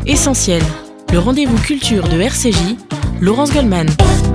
Essentiel, le rendez-vous culture de RCJ, Laurence Goldman.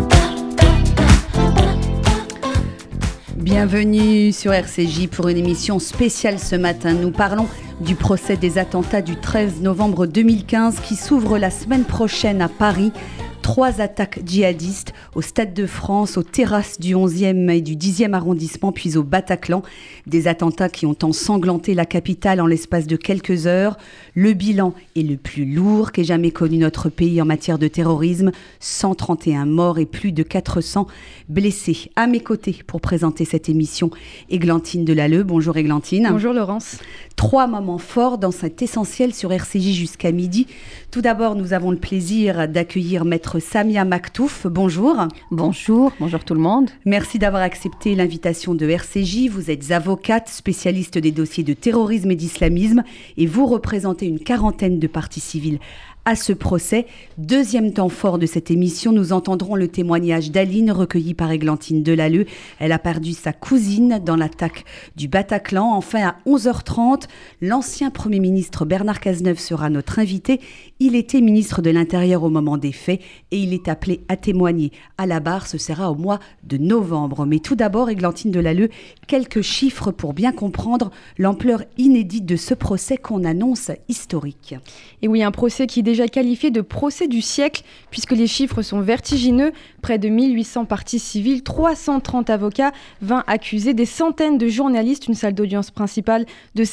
Bienvenue sur RCJ pour une émission spéciale ce matin. Nous parlons du procès des attentats du 13 novembre 2015 qui s'ouvre la semaine prochaine à Paris. 3 attaques djihadistes au Stade de France, aux terrasses du 11e et du 10e arrondissement, puis au Bataclan. Des attentats qui ont ensanglanté la capitale en l'espace de quelques heures. Le bilan est le plus lourd qu'ait jamais connu notre pays en matière de terrorisme. 131 morts et plus de 400 blessés. À mes côtés pour présenter cette émission, Églantine Delalleux. Bonjour Églantine. Bonjour Laurence. 3 moments forts dans cet essentiel sur RCJ jusqu'à midi. Tout d'abord, nous avons le plaisir d'accueillir Maître Samia Maktouf. Bonjour. Bonjour tout le monde. Merci d'avoir accepté l'invitation de RCJ. Vous êtes avocate, spécialiste des dossiers de terrorisme et d'islamisme et vous représentez une quarantaine de parties civiles à ce procès. Deuxième temps fort de cette émission, nous entendrons le témoignage d'Aline recueilli par Églantine Delalleux. Elle a perdu sa cousine dans l'attaque du Bataclan. Enfin, à 11h30, l'ancien Premier ministre Bernard Cazeneuve sera notre invité. Il était ministre de l'Intérieur au moment des faits et il est appelé à témoigner à la barre. Ce sera au mois de novembre. Mais tout d'abord, Églantine Delalleux, quelques chiffres pour bien comprendre l'ampleur inédite de ce procès qu'on annonce historique. Et oui, un procès qui est déjà qualifié de procès du siècle, puisque les chiffres sont vertigineux. Près de 1800 parties civiles, 330 avocats, 20 accusés, des centaines de journalistes, une salle d'audience principale de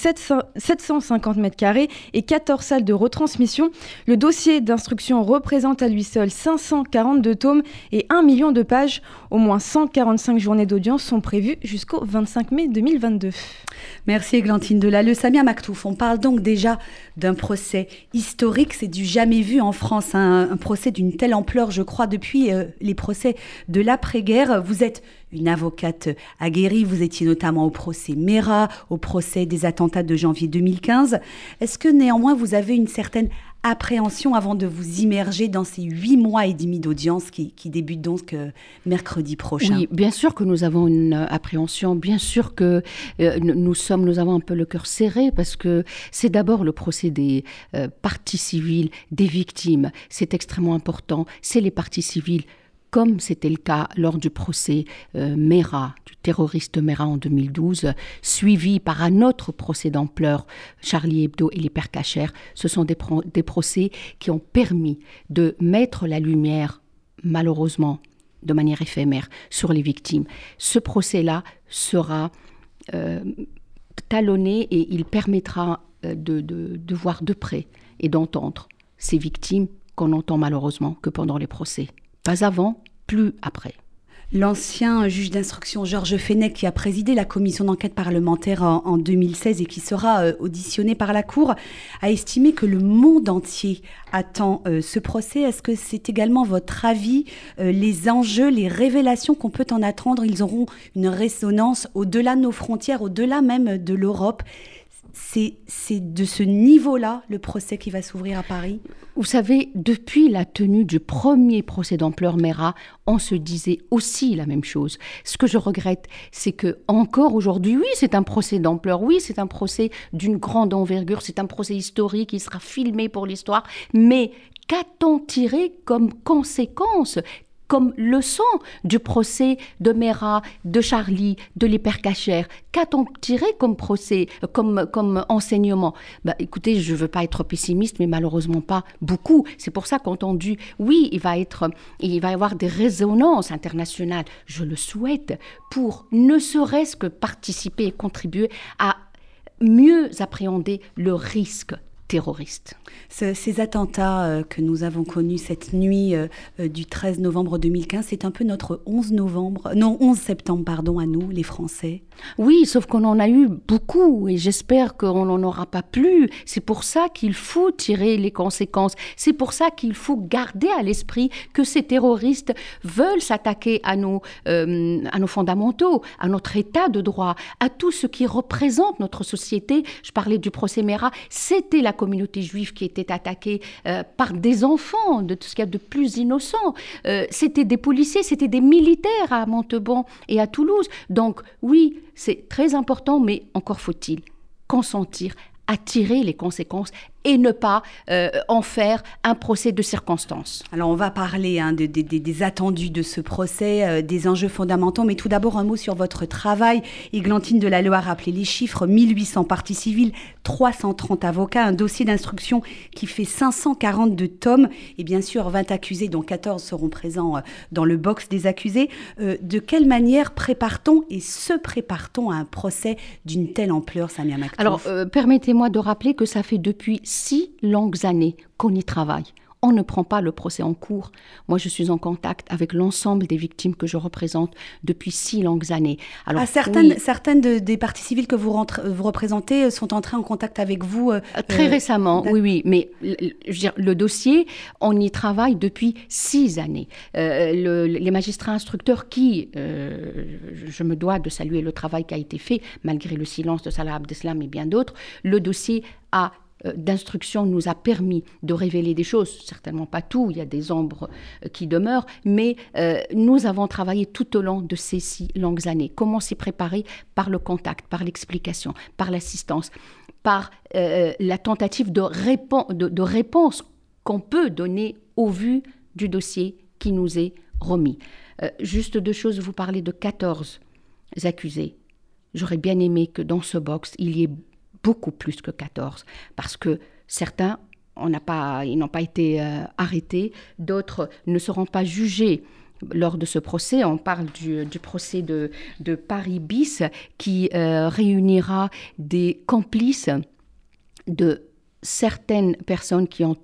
750 mètres carrés et 14 salles de retransmission. Le dossier d'instruction représente à lui seul 542 tomes et 1 million de pages. Au moins 145 journées d'audience sont prévues jusqu'au 25 mai 2022. Merci Églantine Delalleux. Samia Maktouf, on parle donc déjà d'un procès historique, c'est du jamais vu en France, un procès d'une telle ampleur, je crois, depuis les procès de l'après-guerre. Vous êtes une avocate aguerrie, vous étiez notamment au procès Mera, au procès des attentats de janvier 2015. Est-ce que néanmoins vous avez une certaine appréhension avant de vous immerger dans ces 8 mois et demi d'audience qui débutent donc mercredi prochain? Oui, bien sûr que nous avons une appréhension, bien sûr que nous avons un peu le cœur serré parce que c'est d'abord le procès des parties civiles, des victimes. C'est extrêmement important, c'est les parties civiles. Comme c'était le cas lors du procès Mera, du terroriste Mera en 2012, suivi par un autre procès d'ampleur, Charlie Hebdo et l'Hypercacher. Ce sont des procès qui ont permis de mettre la lumière, malheureusement, de manière éphémère, sur les victimes. Ce procès-là sera talonné et il permettra de voir de près et d'entendre ces victimes qu'on n'entend malheureusement que pendant les procès. Pas avant, plus après. L'ancien juge d'instruction Georges Fenech, qui a présidé la commission d'enquête parlementaire en 2016 et qui sera auditionné par la Cour, a estimé que le monde entier attend ce procès. Est-ce que c'est également votre avis? Les enjeux, les révélations qu'on peut en attendre, ils auront une résonance au-delà de nos frontières, au-delà même de l'Europe. C'est de ce niveau-là le procès qui va s'ouvrir à Paris? Vous savez, depuis la tenue du premier procès d'ampleur Mera, on se disait aussi la même chose. Ce que je regrette, c'est que encore aujourd'hui, oui, c'est un procès d'ampleur, oui, c'est un procès d'une grande envergure, c'est un procès historique, il sera filmé pour l'histoire, mais qu'a-t-on tiré comme conséquence, comme leçon du procès de Mera, de Charlie, de l'Hypercacher? Qu'a-t-on tiré comme procès, comme enseignement? Écoutez, je ne veux pas être pessimiste, mais malheureusement pas beaucoup. C'est pour ça qu'on dit, oui, il va y avoir des résonances internationales. Je le souhaite pour ne serait-ce que participer et contribuer à mieux appréhender le risque terroristes. Ces attentats que nous avons connus cette nuit du 13 novembre 2015, c'est un peu notre 11 septembre, à nous, les Français. Oui, sauf qu'on en a eu beaucoup et j'espère qu'on n'en aura pas plus. C'est pour ça qu'il faut tirer les conséquences. C'est pour ça qu'il faut garder à l'esprit que ces terroristes veulent s'attaquer à nos fondamentaux, à notre état de droit, à tout ce qui représente notre société. Je parlais du procès Mera, c'était la communauté juive qui était attaquée par des enfants, de tout ce qu'il y a de plus innocent. C'était des policiers, c'était des militaires à Montauban et à Toulouse. Donc oui, c'est très important, mais encore faut-il consentir à tirer les conséquences et ne pas en faire un procès de circonstance. Alors on va parler des attendus de ce procès, des enjeux fondamentaux, mais tout d'abord un mot sur votre travail. Églantine Delalloë a rappelé les chiffres, 1800 parties civiles, 330 avocats, un dossier d'instruction qui fait 542 tomes, et bien sûr 20 accusés, dont 14 seront présents dans le box des accusés. De quelle manière prépare-t-on et se prépare-t-on à un procès d'une telle ampleur, Samia Maktouf? Alors, permettez-moi de rappeler que ça fait depuis 6 longues années qu'on y travaille. On ne prend pas le procès en cours. Moi, je suis en contact avec l'ensemble des victimes que je représente depuis 6 longues années. Alors, certaines des parties civiles que vous représentez sont entrées en contact avec vous très récemment, oui. Mais je veux dire, le dossier, on y travaille depuis 6 années. Les magistrats instructeurs qui, je me dois de saluer le travail qui a été fait, malgré le silence de Salah Abdeslam et bien d'autres, le dossier d'instruction nous a permis de révéler des choses, certainement pas tout, il y a des ombres qui demeurent, mais nous avons travaillé tout au long de ces 6 longues années. Comment s'y préparer? Par le contact, par l'explication, par l'assistance, par la tentative de réponse qu'on peut donner au vu du dossier qui nous est remis. Juste 2 choses, vous parlez de 14 accusés. J'aurais bien aimé que dans ce box, il y ait beaucoup plus que 14, parce que certains, ils n'ont pas été arrêtés, d'autres ne seront pas jugés lors de ce procès. On parle du procès de Paris bis qui réunira des complices de certaines personnes qui ont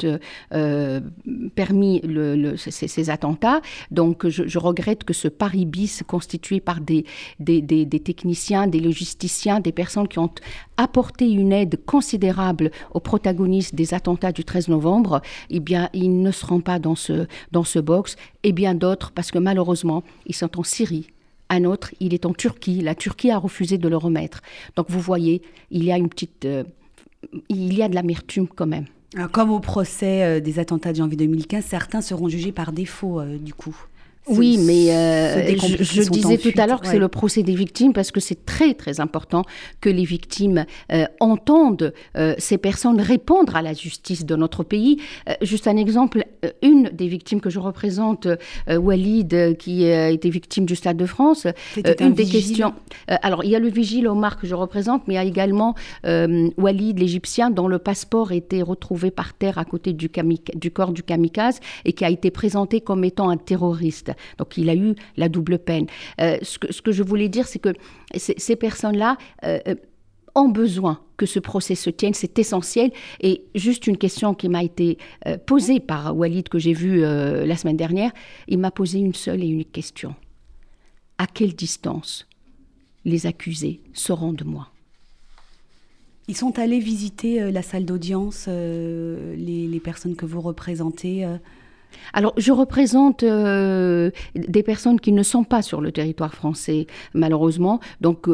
permis ces attentats. Donc, je regrette que ce Paris bis, constitué par des techniciens, des logisticiens, des personnes qui ont apporté une aide considérable aux protagonistes des attentats du 13 novembre, eh bien, ils ne seront pas dans ce box. Et bien d'autres, parce que malheureusement, ils sont en Syrie. Un autre, il est en Turquie. La Turquie a refusé de le remettre. Donc, vous voyez, il y a de l'amertume quand même. Alors, comme au procès des attentats de janvier 2015, certains seront jugés par défaut, du coup. Oui, mais je disais tout à l'heure que c'est le procès des victimes, parce que c'est très, très important que les victimes entendent ces personnes répondre à la justice de notre pays. Juste un exemple, une des victimes que je représente, Walid, qui a été victime du Stade de France, une des questions... alors, il y a le vigile Omar que je représente, mais il y a également Walid, l'Égyptien, dont le passeport a été retrouvé par terre à côté du corps du kamikaze et qui a été présenté comme étant un terroriste. Donc, il a eu la double peine. Ce que je voulais dire, c'est que ces personnes-là ont besoin que ce procès se tienne, c'est essentiel. Et juste une question qui m'a été posée par Walid, que j'ai vu la semaine dernière, il m'a posé une seule et unique question. À quelle distance les accusés seront de moi? Ils sont allés visiter la salle d'audience, les personnes que vous représentez Alors, je représente des personnes qui ne sont pas sur le territoire français, malheureusement. Donc,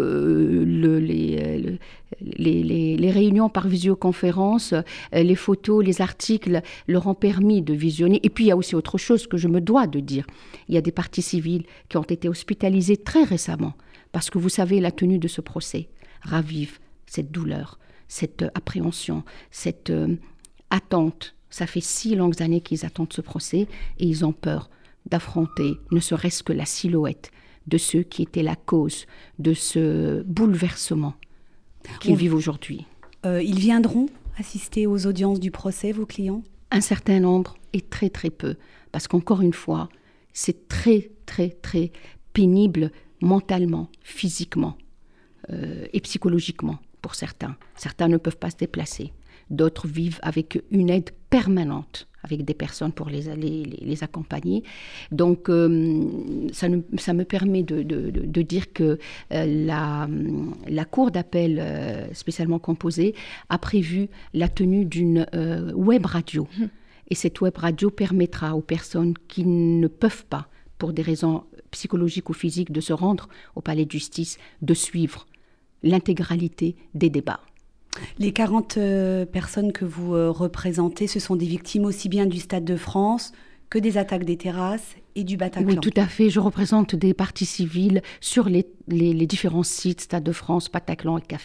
les réunions par visioconférence, les photos, les articles leur ont permis de visionner. Et puis, il y a aussi autre chose que je me dois de dire. Il y a des parties civiles qui ont été hospitalisées très récemment, parce que vous savez, la tenue de ce procès ravive cette douleur, cette appréhension, cette attente. Ça fait 6 longues années qu'ils attendent ce procès et ils ont peur d'affronter ne serait-ce que la silhouette de ceux qui étaient la cause de ce bouleversement qu'ils vivent aujourd'hui. Ils viendront assister aux audiences du procès, vos clients? Un certain nombre et très très peu. Parce qu'encore une fois, c'est très très très pénible mentalement, physiquement et psychologiquement pour certains. Certains ne peuvent pas se déplacer. D'autres vivent avec une aide permanente, avec des personnes pour les accompagner. Donc, ça me permet de dire que la Cour d'appel spécialement composée a prévu la tenue d'une web radio. Et cette web radio permettra aux personnes qui ne peuvent pas, pour des raisons psychologiques ou physiques, de se rendre au palais de justice, de suivre l'intégralité des débats. Les 40 personnes que vous représentez, ce sont des victimes aussi bien du Stade de France que des attaques des terrasses et du Bataclan. Oui, tout à fait. Je représente des parties civiles sur les différents sites, Stade de France, Bataclan et Café.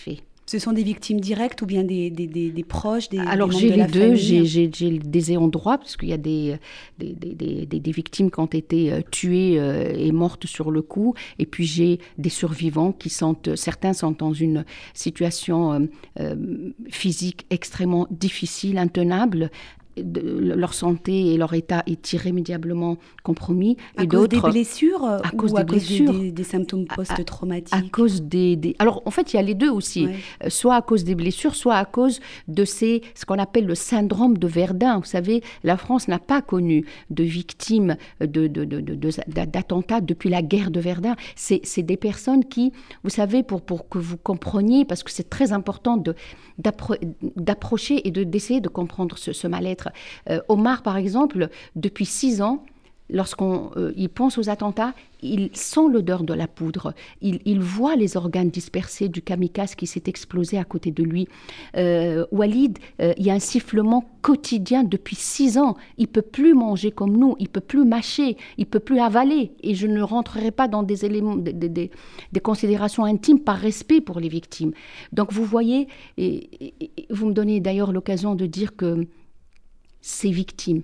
Ce sont des victimes directes ou bien des proches, des Alors membres j'ai de les la deux, famille? j'ai des ayants droit, parce qu'il y a des victimes qui ont été tuées et mortes sur le coup, et puis j'ai des survivants certains sont dans une situation physique extrêmement difficile, intenable. Leur santé et leur état est irrémédiablement compromis. À cause des blessures à cause ou des à cause blessures, des symptômes post-traumatiques? à cause Alors, en fait, il y a les deux aussi. Ouais. Soit à cause des blessures, soit à cause de ce qu'on appelle le syndrome de Verdun. Vous savez, la France n'a pas connu de victimes d'attentats depuis la guerre de Verdun. C'est des personnes qui, vous savez, pour que vous compreniez, parce que c'est très important d'approcher et d'essayer de comprendre ce mal-être. Omar, par exemple, depuis 6 ans, lorsqu'on il pense aux attentats, il sent l'odeur de la poudre, il voit les organes dispersés du kamikaze qui s'est explosé à côté de lui. Walid, il y a un sifflement quotidien depuis 6 ans. Il ne peut plus manger comme nous, il ne peut plus mâcher, il ne peut plus avaler. Et je ne rentrerai pas dans des éléments, des considérations intimes par respect pour les victimes. Donc vous voyez, et vous me donnez d'ailleurs l'occasion de dire que ces victimes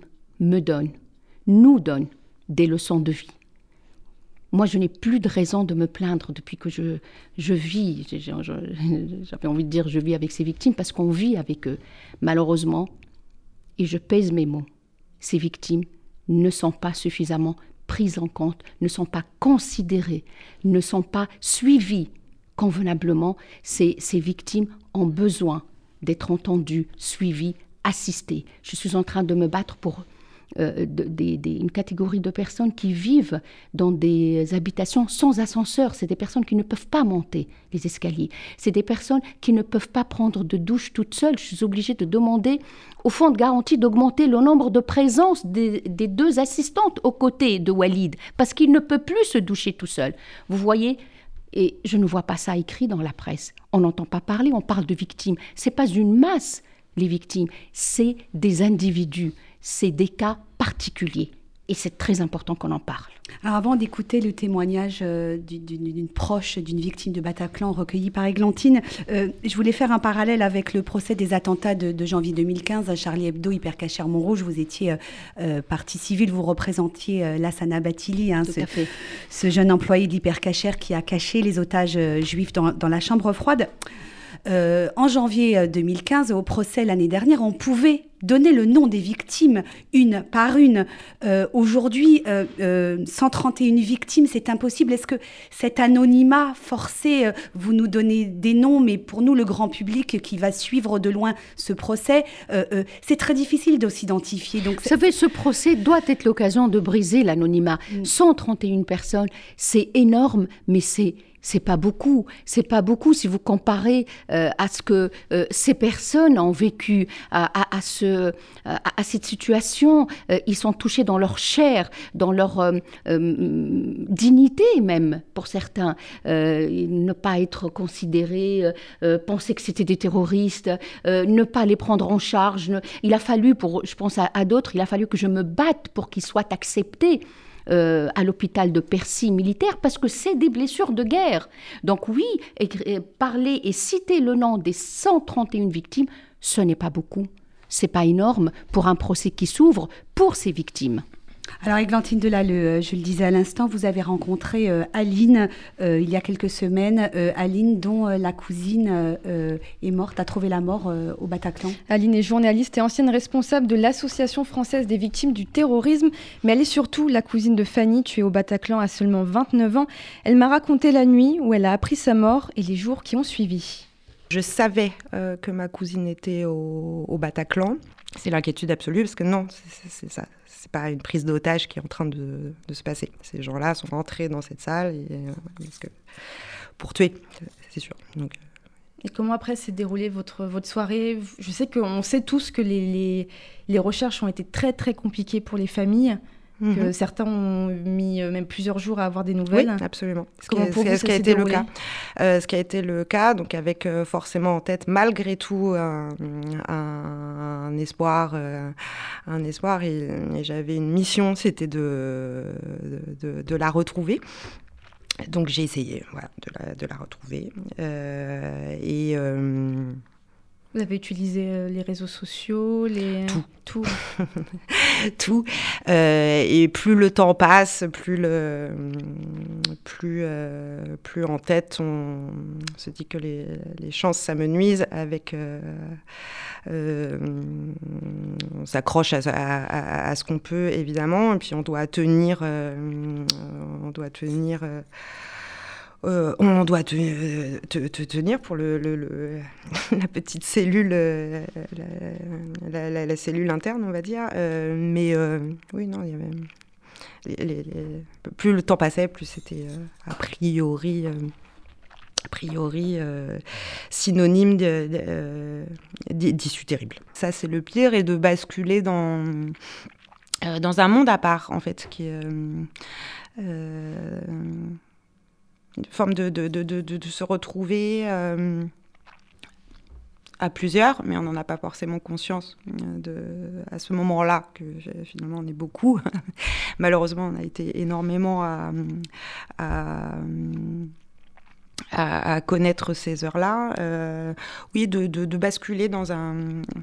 nous donnent des leçons de vie. Moi, je n'ai plus de raison de me plaindre depuis que je vis. J'avais envie de dire je vis avec ces victimes parce qu'on vit avec eux. Malheureusement, et je pèse mes mots, ces victimes ne sont pas suffisamment prises en compte, ne sont pas considérées, ne sont pas suivies convenablement. Ces victimes ont besoin d'être entendues, suivies, assistées. Je suis en train de me battre pour une catégorie de personnes qui vivent dans des habitations sans ascenseur. C'est des personnes qui ne peuvent pas monter les escaliers. C'est des personnes qui ne peuvent pas prendre de douche toutes seules. Je suis obligée de demander au fonds de garantie d'augmenter le nombre de présences des 2 assistantes aux côtés de Walid, parce qu'il ne peut plus se doucher tout seul. Vous voyez ? Et je ne vois pas ça écrit dans la presse. On n'entend pas parler, on parle de victimes. Ce n'est pas une masse, les victimes. C'est des individus. C'est des cas particuliers. Et c'est très important qu'on en parle. Alors avant d'écouter le témoignage d'une proche d'une victime de Bataclan recueillie par Églantine, je voulais faire un parallèle avec le procès des attentats de janvier 2015 à Charlie Hebdo, Hypercacher Montrouge. Vous étiez partie civile, vous représentiez Lassana Bathily, ce jeune employé d'Hypercacher qui a caché les otages juifs dans la chambre froide. En janvier 2015, au procès l'année dernière, on pouvait donner le nom des victimes une par une. Aujourd'hui, 131 victimes, c'est impossible. Est-ce que cet anonymat forcé, vous nous donnez des noms, mais pour nous, le grand public qui va suivre de loin ce procès, c'est très difficile de s'identifier. Donc, vous savez, ce procès doit être l'occasion de briser l'anonymat. 131 personnes, c'est énorme, mais c'est pas beaucoup. C'est pas beaucoup si vous comparez à ce que ces personnes ont vécu, à cette situation. Ils sont touchés dans leur chair, dans leur dignité même, pour certains. Ne pas être considérés, penser que c'était des terroristes, ne pas les prendre en charge. Il a fallu, je pense à d'autres, il a fallu que je me batte pour qu'ils soient acceptés à l'hôpital de Percy militaire, parce que c'est des blessures de guerre. Donc oui, parler et citer le nom des 131 victimes, ce n'est pas beaucoup. C'est pas énorme pour un procès qui s'ouvre pour ces victimes. Alors Églantine Delalleux, je le disais à l'instant, vous avez rencontré Aline il y a quelques semaines, Aline dont la cousine est morte, a trouvé la mort au Bataclan. Aline est journaliste et ancienne responsable de l'Association française des victimes du terrorisme, mais elle est surtout la cousine de Fanny, tuée au Bataclan à seulement 29 ans. Elle m'a raconté la nuit où elle a appris sa mort et les jours qui ont suivi. Je savais que ma cousine était au Bataclan. C'est l'inquiétude absolue, parce que non, c'est ça. C'est pas une prise d'otage qui est en train de se passer. Ces gens-là sont entrés dans cette salle pour tuer, c'est sûr. Donc, et comment après s'est déroulée votre soirée ? Je sais qu'on sait tous que les recherches ont été très très compliquées pour les familles. Que certains ont mis même plusieurs jours à avoir des nouvelles. Oui, absolument. Ce qui a été le cas. Ce qui a été le cas, donc avec forcément en tête, malgré tout, un espoir. Et j'avais une mission, c'était de la retrouver. Donc j'ai essayé de la retrouver. Vous avez utilisé les réseaux sociaux, tout. Tout. Et plus le temps passe, plus en tête on se dit que les chances s'amenuisent avec... on s'accroche à ce qu'on peut, évidemment, et puis on doit tenir tenir pour la petite cellule, la cellule interne, on va dire. Oui, non, il y avait... plus le temps passait, plus c'était a priori synonyme d'issue terrible. Ça, c'est le pire, et de basculer dans un monde à part, en fait, qui est... une forme de se retrouver à plusieurs, mais on n'en a pas forcément conscience à ce moment-là, que finalement on est beaucoup. Malheureusement, on a été énormément à connaître ces heures-là. Oui, de basculer dans un...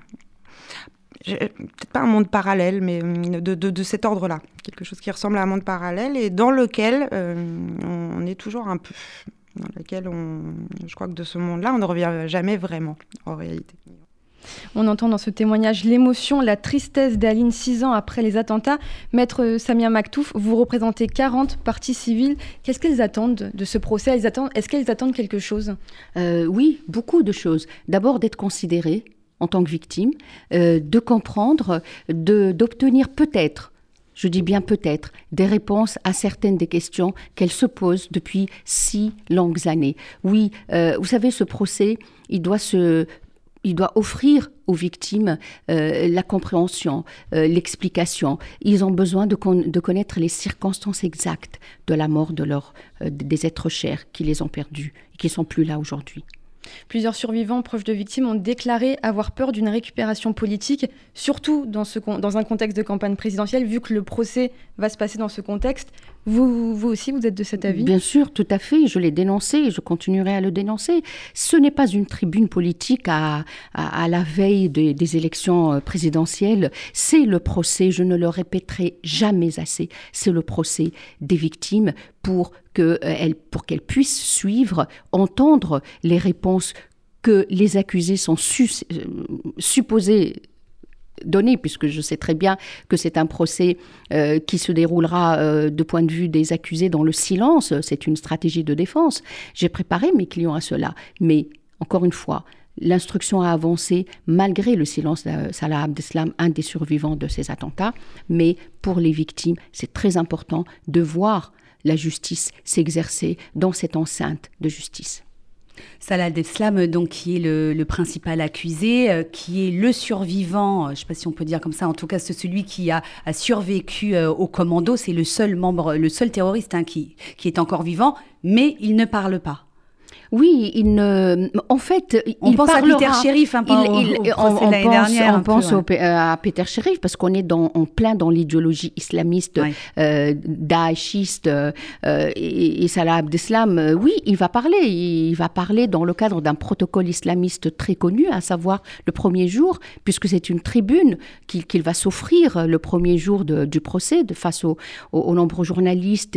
peut-être pas un monde parallèle, mais de cet ordre-là. Quelque chose qui ressemble à un monde parallèle et dans lequel on est toujours un peu. Dans lequel je crois que de ce monde-là, on ne revient jamais vraiment, en réalité. On entend dans ce témoignage l'émotion, la tristesse d'Aline 6 ans après les attentats. Maître Samia Maktouf, vous représentez 40 parties civiles. Qu'est-ce qu'elles attendent de ce procès ? Est-ce qu'elles attendent quelque chose ? Oui, beaucoup de choses. D'abord, d'être considérées en tant que victime, de comprendre, d'obtenir peut-être, je dis bien peut-être, des réponses à certaines des questions qu'elles se posent depuis si longues années. Oui, vous savez, ce procès, il doit offrir aux victimes la compréhension, l'explication. Ils ont besoin de connaître les circonstances exactes de la mort des êtres chers qui les ont perdus et qui ne sont plus là aujourd'hui. Plusieurs survivants proches de victimes ont déclaré avoir peur d'une récupération politique, surtout dans un contexte de campagne présidentielle, vu que le procès va se passer dans ce contexte. Vous aussi, vous êtes de cet avis ? Bien sûr, tout à fait. Je l'ai dénoncé et je continuerai à le dénoncer. Ce n'est pas une tribune politique à la veille des élections présidentielles. C'est le procès, je ne le répéterai jamais assez, c'est le procès des victimes pour qu'elles puissent suivre, entendre les réponses que les accusés sont supposés donner, puisque je sais très bien que c'est un procès qui se déroulera de point de vue des accusés dans le silence. C'est une stratégie de défense. J'ai préparé mes clients à cela. Mais, encore une fois, l'instruction a avancé malgré le silence de Salah Abdeslam, un des survivants de ces attentats. Mais pour les victimes, c'est très important de voir la justice s'exercer dans cette enceinte de justice. Salah Abdeslam, donc, qui est le principal accusé, qui est le survivant, je ne sais pas si on peut dire comme ça, en tout cas c'est celui qui a survécu au commando, c'est le seul terroriste qui est encore vivant, mais il ne parle pas. Oui, en fait, on pense à Peter Sherif, au procès de l'année dernière. On pense à Peter Sherif parce qu'on est en plein dans l'idéologie islamiste, daeshiste, et Salah Abdeslam, oui, il va parler. Il va parler dans le cadre d'un protocole islamiste très connu, à savoir le premier jour, puisque c'est une tribune qu'il va s'offrir le premier jour du procès, face aux nombreux journalistes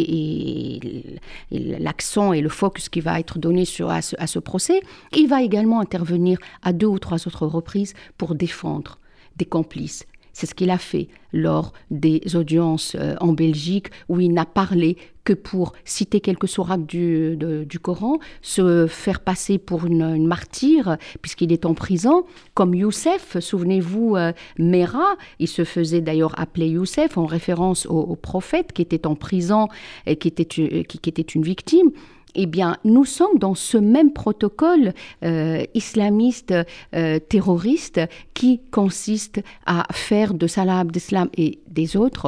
et l'accent et le focus qui va être donné à ce procès. Il va également intervenir à 2 ou 3 autres reprises pour défendre des complices. C'est ce qu'il a fait lors des audiences en Belgique, où il n'a parlé que pour citer quelques sourates du Coran, se faire passer pour une martyre, puisqu'il est en prison, comme Youssef, souvenez-vous, Mera, il se faisait d'ailleurs appeler Youssef, en référence au prophète qui était en prison et qui était une victime. Eh bien, nous sommes dans ce même protocole islamiste, terroriste, qui consiste à faire de Salah Abdeslam et des autres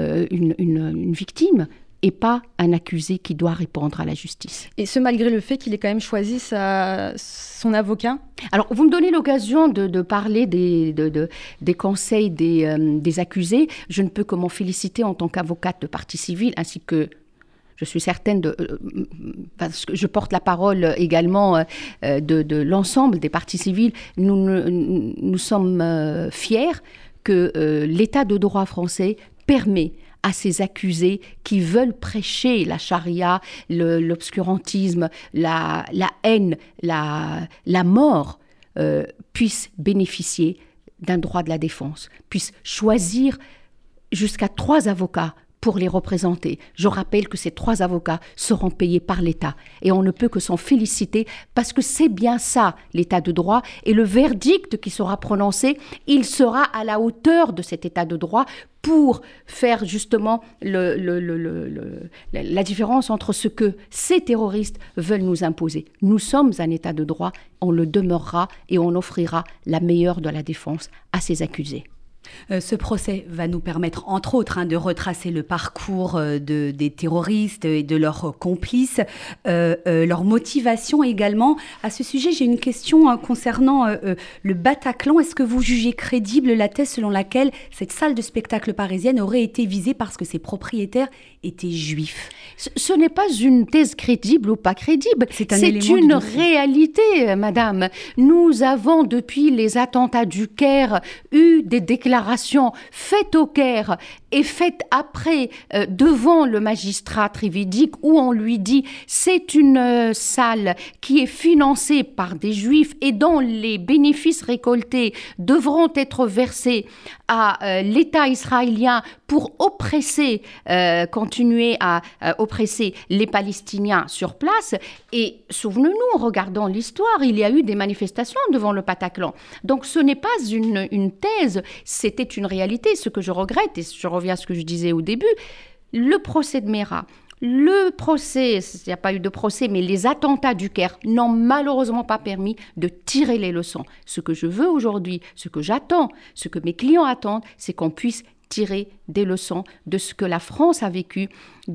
une victime et pas un accusé qui doit répondre à la justice. Et ce, malgré le fait qu'il ait quand même choisi son avocat ? Alors, vous me donnez l'occasion de parler des conseils des accusés. Je ne peux que m'en féliciter en tant qu'avocate de partie civile, ainsi que je suis certaine parce que je porte la parole également de l'ensemble des parties civiles, nous sommes fiers que l'état de droit français permet à ces accusés qui veulent prêcher la charia, l'obscurantisme, la haine, la mort, puissent bénéficier d'un droit de la défense, puissent choisir jusqu'à 3 avocats pour les représenter. Je rappelle que ces 3 avocats seront payés par l'État. Et on ne peut que s'en féliciter parce que c'est bien ça, l'État de droit. Et le verdict qui sera prononcé, il sera à la hauteur de cet État de droit pour faire justement la différence entre ce que ces terroristes veulent nous imposer. Nous sommes un État de droit, on le demeurera et on offrira la meilleure de la défense à ces accusés. Ce procès va nous permettre, entre autres, de retracer le parcours des terroristes et de leurs complices, leur motivation également. À ce sujet, j'ai une question concernant le Bataclan. Est-ce que vous jugez crédible la thèse selon laquelle cette salle de spectacle parisienne aurait été visée parce que ses propriétaires étaient juifs? Ce n'est pas une thèse crédible ou pas crédible, c'est une réalité, madame. Nous avons, depuis les attentats du Caire, eu des déclarations faites au Caire et faites après devant le magistrat trividique où on lui dit c'est une salle qui est financée par des juifs et dont les bénéfices récoltés devront être versés à l'État israélien pour continuer à oppresser les Palestiniens sur place. Et souvenez-nous, en regardant l'histoire, il y a eu des manifestations devant le Bataclan. Donc ce n'est pas une thèse, c'était une réalité. Ce que je regrette, et je reviens à ce que je disais au début, le procès de Mera, le procès, il n'y a pas eu de procès, mais les attentats du Caire n'ont malheureusement pas permis de tirer les leçons. Ce que je veux aujourd'hui, ce que j'attends, ce que mes clients attendent, c'est qu'on puisse tirer des leçons de ce que la France a vécu,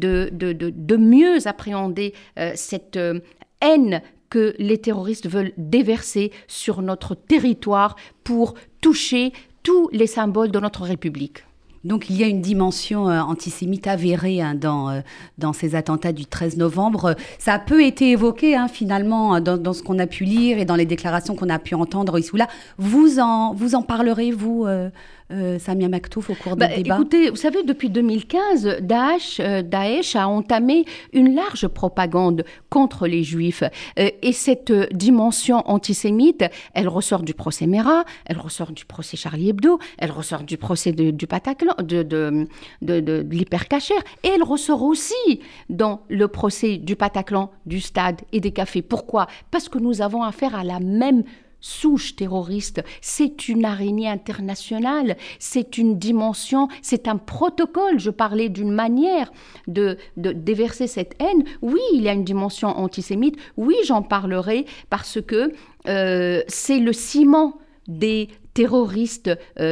de mieux appréhender cette haine que les terroristes veulent déverser sur notre territoire pour toucher tous les symboles de notre République. Donc il y a une dimension antisémite avérée dans ces attentats du 13 novembre. Ça a peu été évoqué finalement dans ce qu'on a pu lire et dans les déclarations qu'on a pu entendre ici ou là. Vous en parlerez, vous, Samia Maktouf, au cours des débats? Écoutez, vous savez, depuis 2015, Daesh a entamé une large propagande contre les Juifs. Et cette dimension antisémite, elle ressort du procès Mera, elle ressort du procès Charlie Hebdo, elle ressort du procès du Bataclan, de l'Hypercacher, et elle ressort aussi dans le procès du Bataclan, du Stade et des cafés. Pourquoi? Parce que nous avons affaire à la même souche terroriste. C'est une araignée internationale, c'est une dimension, c'est un protocole. Je parlais d'une manière de déverser cette haine. Oui, il y a une dimension antisémite. Oui, j'en parlerai parce que c'est le ciment des terroristes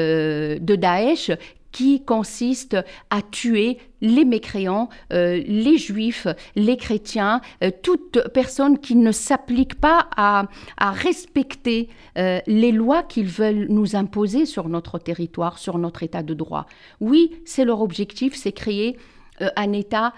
de Daesh qui consiste à tuer les mécréants, les juifs, les chrétiens, toute personne qui ne s'applique pas à respecter les lois qu'ils veulent nous imposer sur notre territoire, sur notre état de droit. Oui, c'est leur objectif, c'est créer un état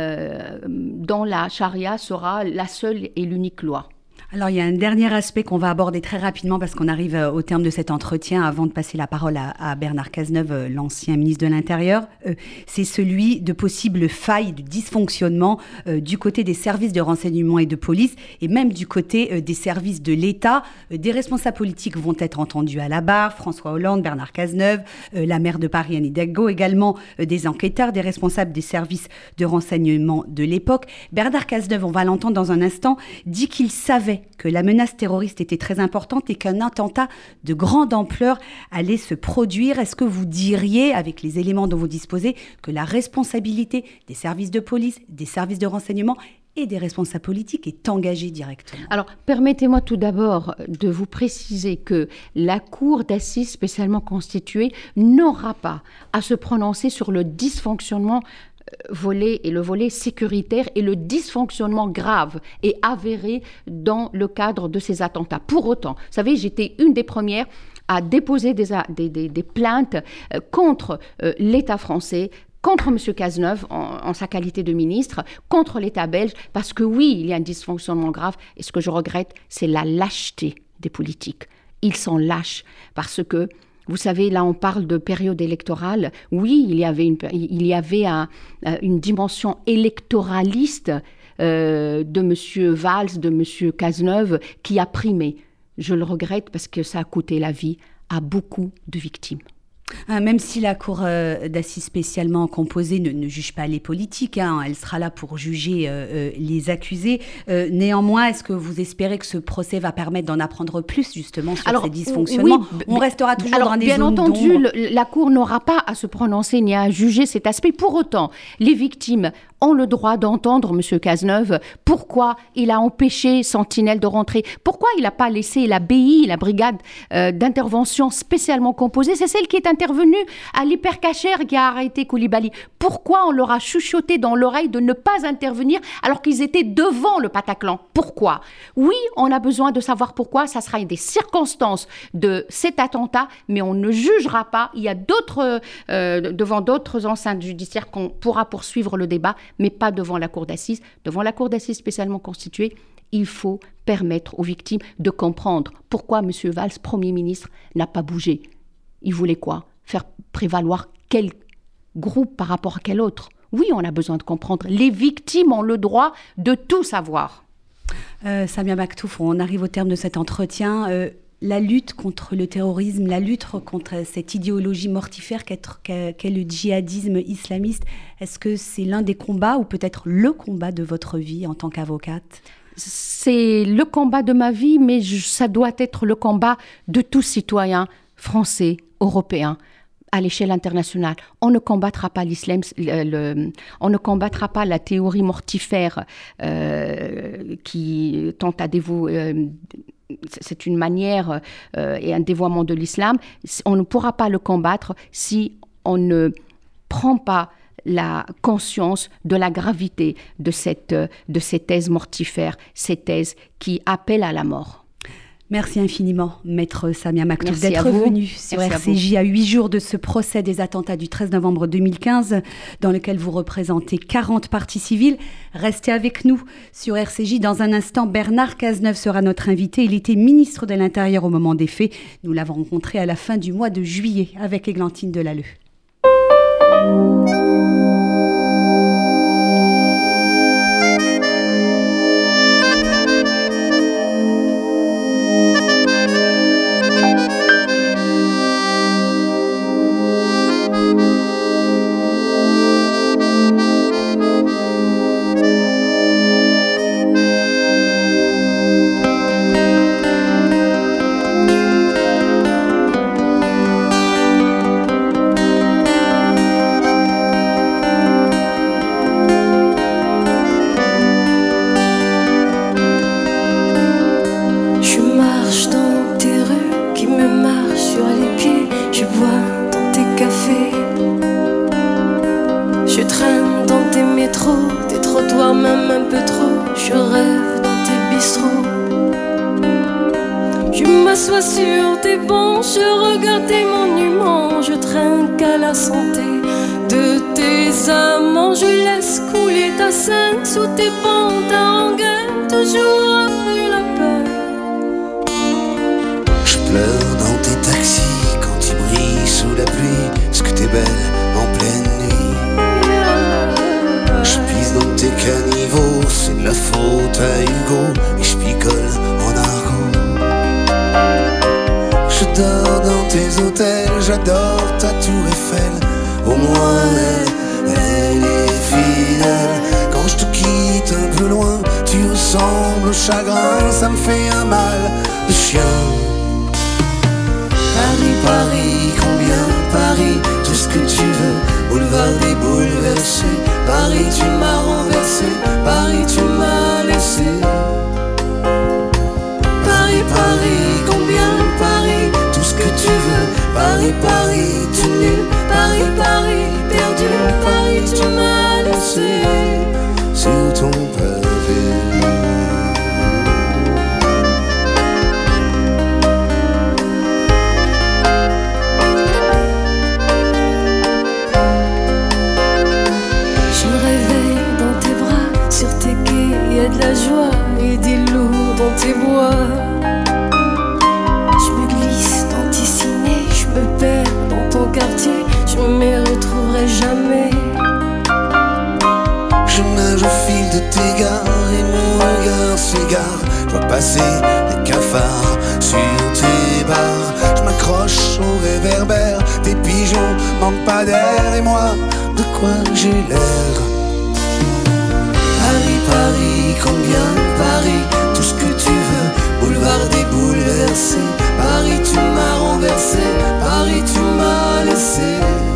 dont la charia sera la seule et l'unique loi. Alors, il y a un dernier aspect qu'on va aborder très rapidement parce qu'on arrive au terme de cet entretien avant de passer la parole à Bernard Cazeneuve, l'ancien ministre de l'Intérieur. C'est celui de possibles failles, de dysfonctionnement du côté des services de renseignement et de police et même du côté des services de l'État. Des responsables politiques vont être entendus à la barre, François Hollande, Bernard Cazeneuve, la maire de Paris, Anne Hidalgo, également des enquêteurs, des responsables des services de renseignement de l'époque. Bernard Cazeneuve, on va l'entendre dans un instant, dit qu'il savait que la menace terroriste était très importante et qu'un attentat de grande ampleur allait se produire. Est-ce que vous diriez, avec les éléments dont vous disposez, que la responsabilité des services de police, des services de renseignement et des responsables politiques est engagée directement? Alors, permettez-moi tout d'abord de vous préciser que la Cour d'assises spécialement constituée n'aura pas à se prononcer sur le dysfonctionnement le volet sécuritaire et le dysfonctionnement grave et avéré dans le cadre de ces attentats. Pour autant, vous savez, j'étais une des premières à déposer des plaintes contre l'État français, contre M. Cazeneuve en sa qualité de ministre, contre l'État belge, parce que oui, il y a un dysfonctionnement grave, et ce que je regrette, c'est la lâcheté des politiques. Ils sont lâches, parce que, vous savez, là on parle de période électorale, oui, il y avait une dimension électoraliste de M. Valls, de M. Cazeneuve, qui a primé. Je le regrette parce que ça a coûté la vie à beaucoup de victimes. Même si la cour d'assises spécialement composée ne juge pas les politiques, elle sera là pour juger les accusés. Néanmoins, est-ce que vous espérez que ce procès va permettre d'en apprendre plus justement sur ces dysfonctionnements? Oui, on restera toujours dans des bien zones entendu, d'ombre. la cour n'aura pas à se prononcer ni à juger cet aspect. Pour autant, les victimes ont le droit d'entendre M. Cazeneuve. Pourquoi il a empêché Sentinelle de rentrer? Pourquoi il n'a pas laissé la BI, la brigade d'intervention spécialement composée? C'est celle qui est intervenue à l'hypercachère qui a arrêté Koulibaly. Pourquoi on leur a chuchoté dans l'oreille de ne pas intervenir alors qu'ils étaient devant le Bataclan? Pourquoi? Oui, on a besoin de savoir pourquoi. Ça sera des circonstances de cet attentat, mais on ne jugera pas. Il y a devant d'autres enceintes judiciaires qu'on pourra poursuivre le débat, mais pas devant la cour d'assises. Devant la cour d'assises spécialement constituée, il faut permettre aux victimes de comprendre pourquoi M. Valls, Premier ministre, n'a pas bougé. Il voulait quoi? Faire prévaloir quel groupe par rapport à quel autre? Oui, on a besoin de comprendre. Les victimes ont le droit de tout savoir. Samia Maktouf, on arrive au terme de cet entretien. La lutte contre le terrorisme, la lutte contre cette idéologie mortifère qu'est le djihadisme islamiste, est-ce que c'est l'un des combats ou peut-être le combat de votre vie en tant qu'avocate? C'est le combat de ma vie, mais ça doit être le combat de tout citoyen français, européen, à l'échelle internationale. On ne combattra pas l'islam, on ne combattra pas la théorie mortifère qui tente à dévouer... c'est une manière et un dévoiement de l'islam. On ne pourra pas le combattre si on ne prend pas la conscience de la gravité de ces thèses mortifères, ces thèses qui appellent à la mort. Merci infiniment, Maître Samia Maktouf, d'être venue venue sur RCJ à 8 jours de ce procès des attentats du 13 novembre 2015, dans lequel vous représentez 40 parties civiles. Restez avec nous sur RCJ. Dans un instant, Bernard Cazeneuve sera notre invité. Il était ministre de l'Intérieur au moment des faits. Nous l'avons rencontré à la fin du mois de juillet avec Églantine Delalleux. passer les cafards sur tes barres. Je m'accroche au réverbère, tes pigeons manquent pas d'air, et moi, de quoi j'ai l'air? Paris, Paris, combien de Paris, tout ce que tu veux, boulevard des bouleversés. Paris, tu m'as renversé, Paris, tu m'as laissé.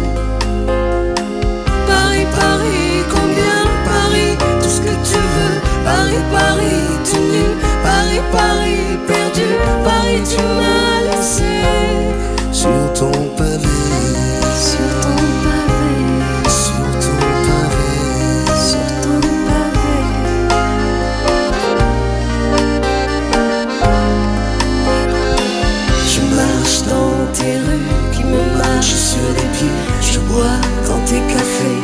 Paris, Paris, combien de Paris, tout ce que tu veux. Paris, Paris, tu nu, Paris, Paris, perdu. Paris, tu m'as laissé sur ton pavé, sur ton pavé, sur ton pavé, sur ton pavé. Je marche dans tes rues qui me marchent sur les pieds. Je bois dans tes cafés.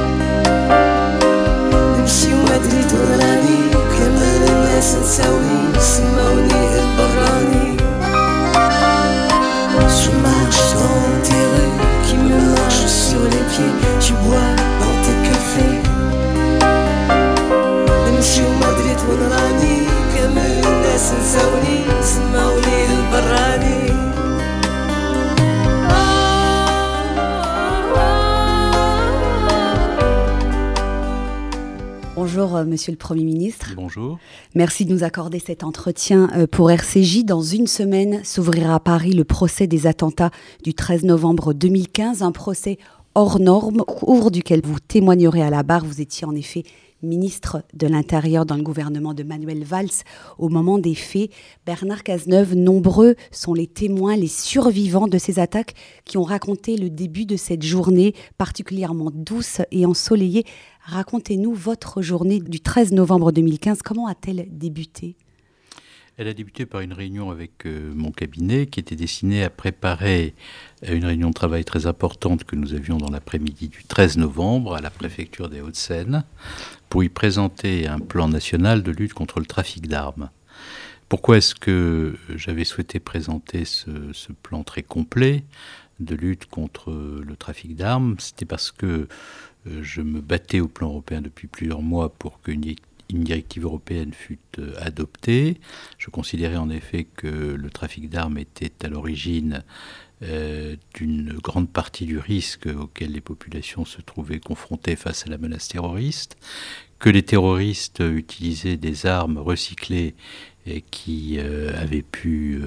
نمشي ومدريد ونراني كمان الناس نساوني سماوني البراني. Je marche dans tes rues qui me marchent sur les pieds. Je bois dans tes cafés. نمشي ومدريد ونراني كمان الناس نساوني سماوني البراني. Bonjour Monsieur le Premier ministre. Bonjour. Merci de nous accorder cet entretien pour RCJ. Dans une semaine s'ouvrira à Paris le procès des attentats du 13 novembre 2015, un procès hors norme au cours duquel vous témoignerez à la barre. Vous étiez en effet ministre de l'Intérieur dans le gouvernement de Manuel Valls au moment des faits. Bernard Cazeneuve, nombreux sont les témoins, les survivants de ces attaques qui ont raconté le début de cette journée particulièrement douce et ensoleillée. Racontez-nous votre journée du 13 novembre 2015. Comment a-t-elle débuté ? Elle a débuté par une réunion avec mon cabinet qui était destinée à préparer une réunion de travail très importante que nous avions dans l'après-midi du 13 novembre à la préfecture des Hauts-de-Seine pour y présenter un plan national de lutte contre le trafic d'armes. Pourquoi est-ce que j'avais souhaité présenter ce plan très complet de lutte contre le trafic d'armes ? C'était parce que je me battais au plan européen depuis plusieurs mois pour qu'une directive européenne fut adoptée. Je considérais en effet que le trafic d'armes était à l'origine d'une grande partie du risque auquel les populations se trouvaient confrontées face à la menace terroriste, que les terroristes utilisaient des armes recyclées et qui avaient pu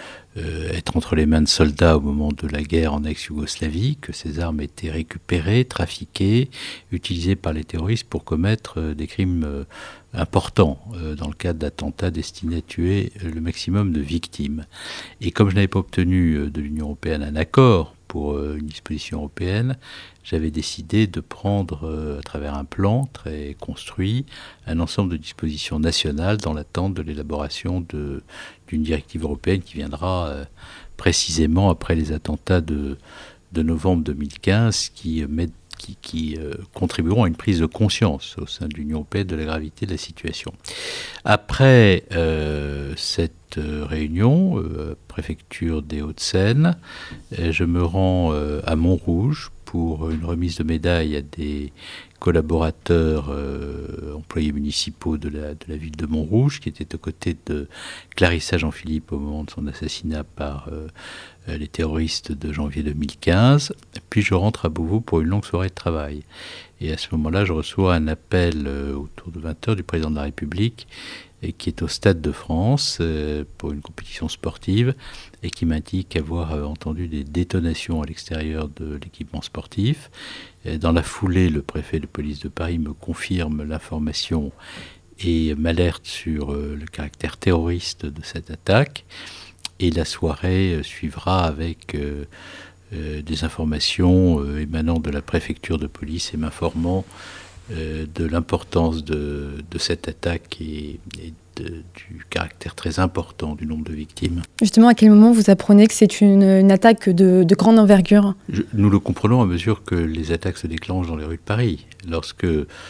être entre les mains de soldats au moment de la guerre en ex-Yougoslavie, que ces armes étaient récupérées, trafiquées, utilisées par les terroristes pour commettre des crimes importants dans le cadre d'attentats destinés à tuer le maximum de victimes. Et comme je n'avais pas obtenu de l'Union européenne un accord pour une disposition européenne, j'avais décidé de prendre, à travers un plan très construit, un ensemble de dispositions nationales dans l'attente de l'élaboration d'une directive européenne qui viendra précisément après les attentats de novembre 2015 qui contribueront à une prise de conscience au sein de l'Union européenne de la gravité de la situation. Après cette réunion, préfecture des Hauts-de-Seine, je me rends à Montrouge pour une remise de médaille à des collaborateurs employés municipaux de la ville de Montrouge, qui étaient aux côtés de Clarissa Jean-Philippe au moment de son assassinat par les terroristes de janvier 2015. Puis je rentre à Beauvau pour une longue soirée de travail. Et à ce moment-là, je reçois un appel autour de 20h du président de la République, qui est au Stade de France pour une compétition sportive et qui m'indique avoir entendu des détonations à l'extérieur de l'équipement sportif. Dans la foulée, le préfet de police de Paris me confirme l'information et m'alerte sur le caractère terroriste de cette attaque. Et la soirée suivra avec des informations émanant de la préfecture de police et m'informant de l'importance de cette attaque et du caractère très important du nombre de victimes. Justement, à quel moment vous apprenez que c'est une attaque de grande envergure ? Nous le comprenons à mesure que les attaques se déclenchent dans les rues de Paris. Lorsque,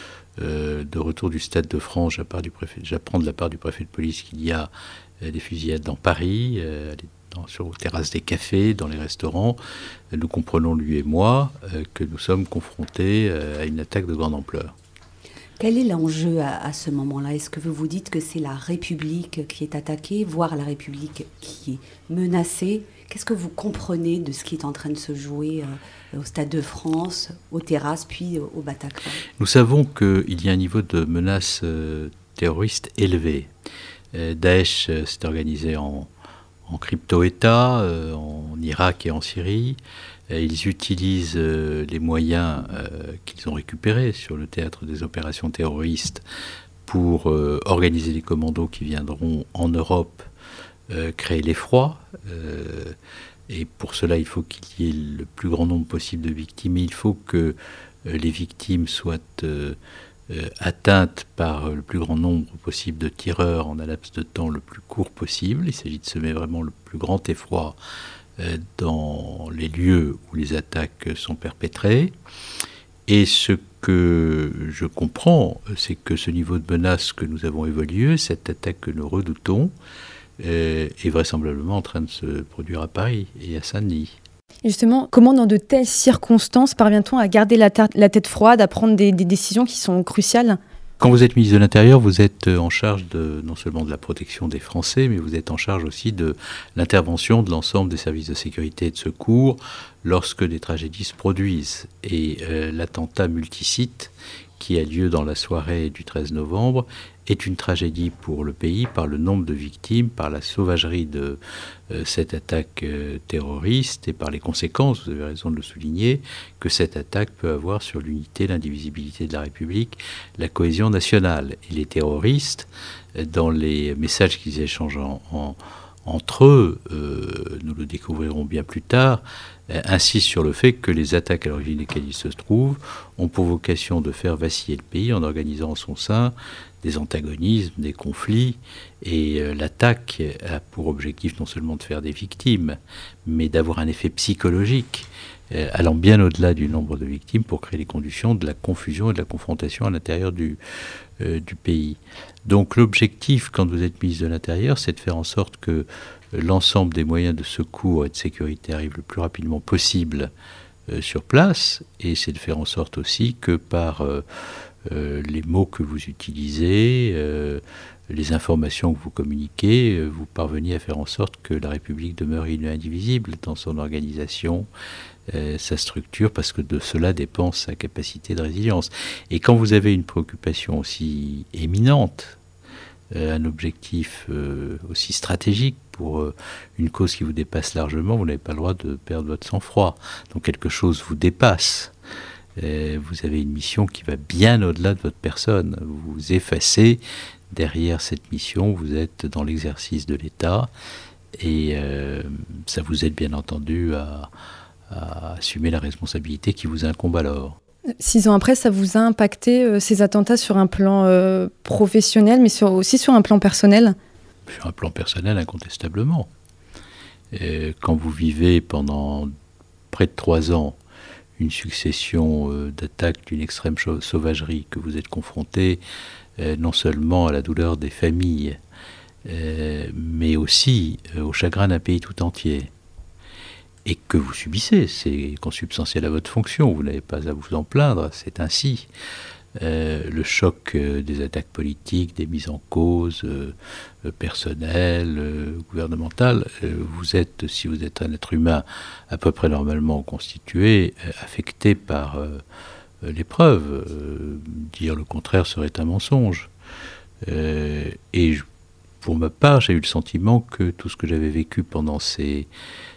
de retour du Stade de France, j'apprends de la part du préfet de police qu'il y a des fusillades dans Paris, sur les terrasses des cafés, dans les restaurants, nous comprenons, lui et moi, que nous sommes confrontés à une attaque de grande ampleur. Quel est l'enjeu à ce moment-là? Est-ce que vous vous dites que c'est la République qui est attaquée, voire la République qui est menacée? Qu'est-ce que vous comprenez de ce qui est en train de se jouer au Stade de France, aux terrasses, puis au Bataclan? Nous savons qu'il y a un niveau de menace terroriste élevé. Daesh s'est organisé en crypto-État, en Irak et en Syrie. Ils utilisent les moyens qu'ils ont récupérés sur le théâtre des opérations terroristes pour organiser des commandos qui viendront en Europe créer l'effroi. Et pour cela, il faut qu'il y ait le plus grand nombre possible de victimes. Il faut que les victimes soient atteintes par le plus grand nombre possible de tireurs en un laps de temps le plus court possible. Il s'agit de semer vraiment le plus grand effroi dans les lieux où les attaques sont perpétrées. Et ce que je comprends, c'est que ce niveau de menace que nous avons évalué, cette attaque que nous redoutons, est vraisemblablement en train de se produire à Paris et à Saint-Denis. Et justement, comment dans de telles circonstances parvient-on à garder la tête froide, à prendre des décisions qui sont cruciales ? Quand vous êtes ministre de l'Intérieur, vous êtes en charge non seulement de la protection des Français, mais vous êtes en charge aussi de l'intervention de l'ensemble des services de sécurité et de secours lorsque des tragédies se produisent. Et l'attentat multisite qui a lieu dans la soirée du 13 novembre est une tragédie pour le pays par le nombre de victimes, par la sauvagerie de cette attaque terroriste et par les conséquences, vous avez raison de le souligner, que cette attaque peut avoir sur l'unité, l'indivisibilité de la République, la cohésion nationale. Et les terroristes, dans les messages qu'ils échangent entre eux, nous le découvrirons bien plus tard, insiste sur le fait que les attaques à l'origine desquelles ils se trouvent ont pour vocation de faire vaciller le pays en organisant en son sein des antagonismes, des conflits, et l'attaque a pour objectif non seulement de faire des victimes, mais d'avoir un effet psychologique allant bien au-delà du nombre de victimes pour créer les conditions de la confusion et de la confrontation à l'intérieur du pays. Donc l'objectif, quand vous êtes ministre de l'Intérieur, c'est de faire en sorte que l'ensemble des moyens de secours et de sécurité arrivent le plus rapidement possible sur place, et c'est de faire en sorte aussi que par les mots que vous utilisez, les informations que vous communiquez, vous parveniez à faire en sorte que la République demeure indivisible dans son organisation, sa structure, parce que de cela dépend sa capacité de résilience. Et quand vous avez une préoccupation aussi éminente, un objectif aussi stratégique pour une cause qui vous dépasse largement, vous n'avez pas le droit de perdre votre sang-froid. Donc quelque chose vous dépasse. Vous avez une mission qui va bien au-delà de votre personne. Vous vous effacez derrière cette mission, vous êtes dans l'exercice de l'État, et ça vous aide bien entendu à assumer la responsabilité qui vous incombe alors. 6 ans après, ça vous a impacté, ces attentats, sur un plan professionnel, mais aussi sur un plan personnel ? Sur un plan personnel, incontestablement. Quand vous vivez pendant près de 3 ans une succession d'attaques d'une extrême sauvagerie, que vous êtes confronté non seulement à la douleur des familles, mais aussi au chagrin d'un pays tout entier, et que vous subissez, c'est consubstantiel à votre fonction, vous n'avez pas à vous en plaindre, c'est ainsi. Le choc des attaques politiques, des mises en cause personnelles, gouvernementales, vous êtes, si vous êtes un être humain à peu près normalement constitué, affecté par l'épreuve. Dire le contraire serait un mensonge. Et pour ma part, j'ai eu le sentiment que tout ce que j'avais vécu pendant ces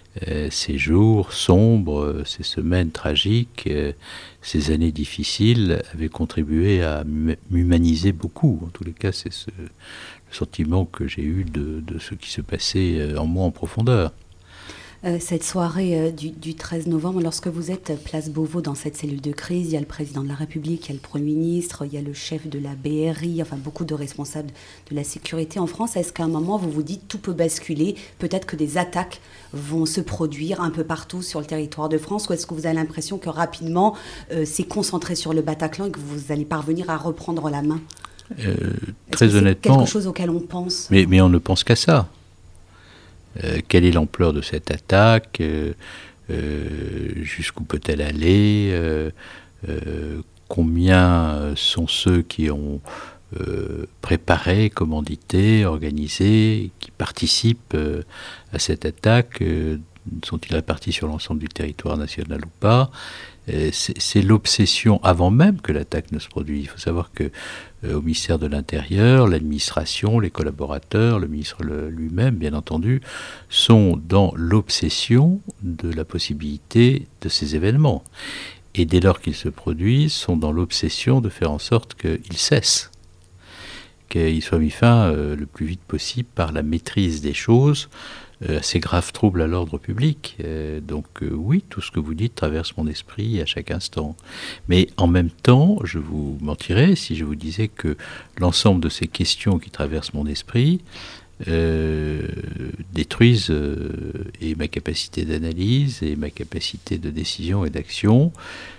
jours sombres, ces semaines tragiques, ces années difficiles avaient contribué à m'humaniser beaucoup. En tous les cas, c'est le sentiment que j'ai eu de ce qui se passait en moi en profondeur. Cette soirée du 13 novembre, lorsque vous êtes place Beauvau dans cette cellule de crise, il y a le président de la République, il y a le Premier ministre, il y a le chef de la BRI, enfin beaucoup de responsables de la sécurité en France. Est-ce qu'à un moment vous vous dites tout peut basculer, peut-être que des attaques vont se produire un peu partout sur le territoire de France, ou est-ce que vous avez l'impression que rapidement c'est concentré sur le Bataclan et que vous allez parvenir à reprendre la main ? Très honnêtement, c'est quelque chose auquel on pense. Mais on ne pense qu'à ça. Quelle est l'ampleur de cette attaque, jusqu'où peut-elle aller, combien sont ceux qui ont préparé, commandité, organisé, qui participent à cette attaque, sont-ils répartis sur l'ensemble du territoire national ou pas? C'est l'obsession avant même que l'attaque ne se produise. Il faut savoir que au ministère de l'Intérieur, l'administration, les collaborateurs, le ministre lui-même, bien entendu, sont dans l'obsession de la possibilité de ces événements. Et dès lors qu'ils se produisent, sont dans l'obsession de faire en sorte qu'ils cessent, qu'ils soient mis fin le plus vite possible par la maîtrise des choses, assez graves troubles à l'ordre public. Oui, tout ce que vous dites traverse mon esprit à chaque instant. Mais en même temps, je vous mentirais si je vous disais que l'ensemble de ces questions qui traversent mon esprit détruisent et ma capacité d'analyse et ma capacité de décision et d'action,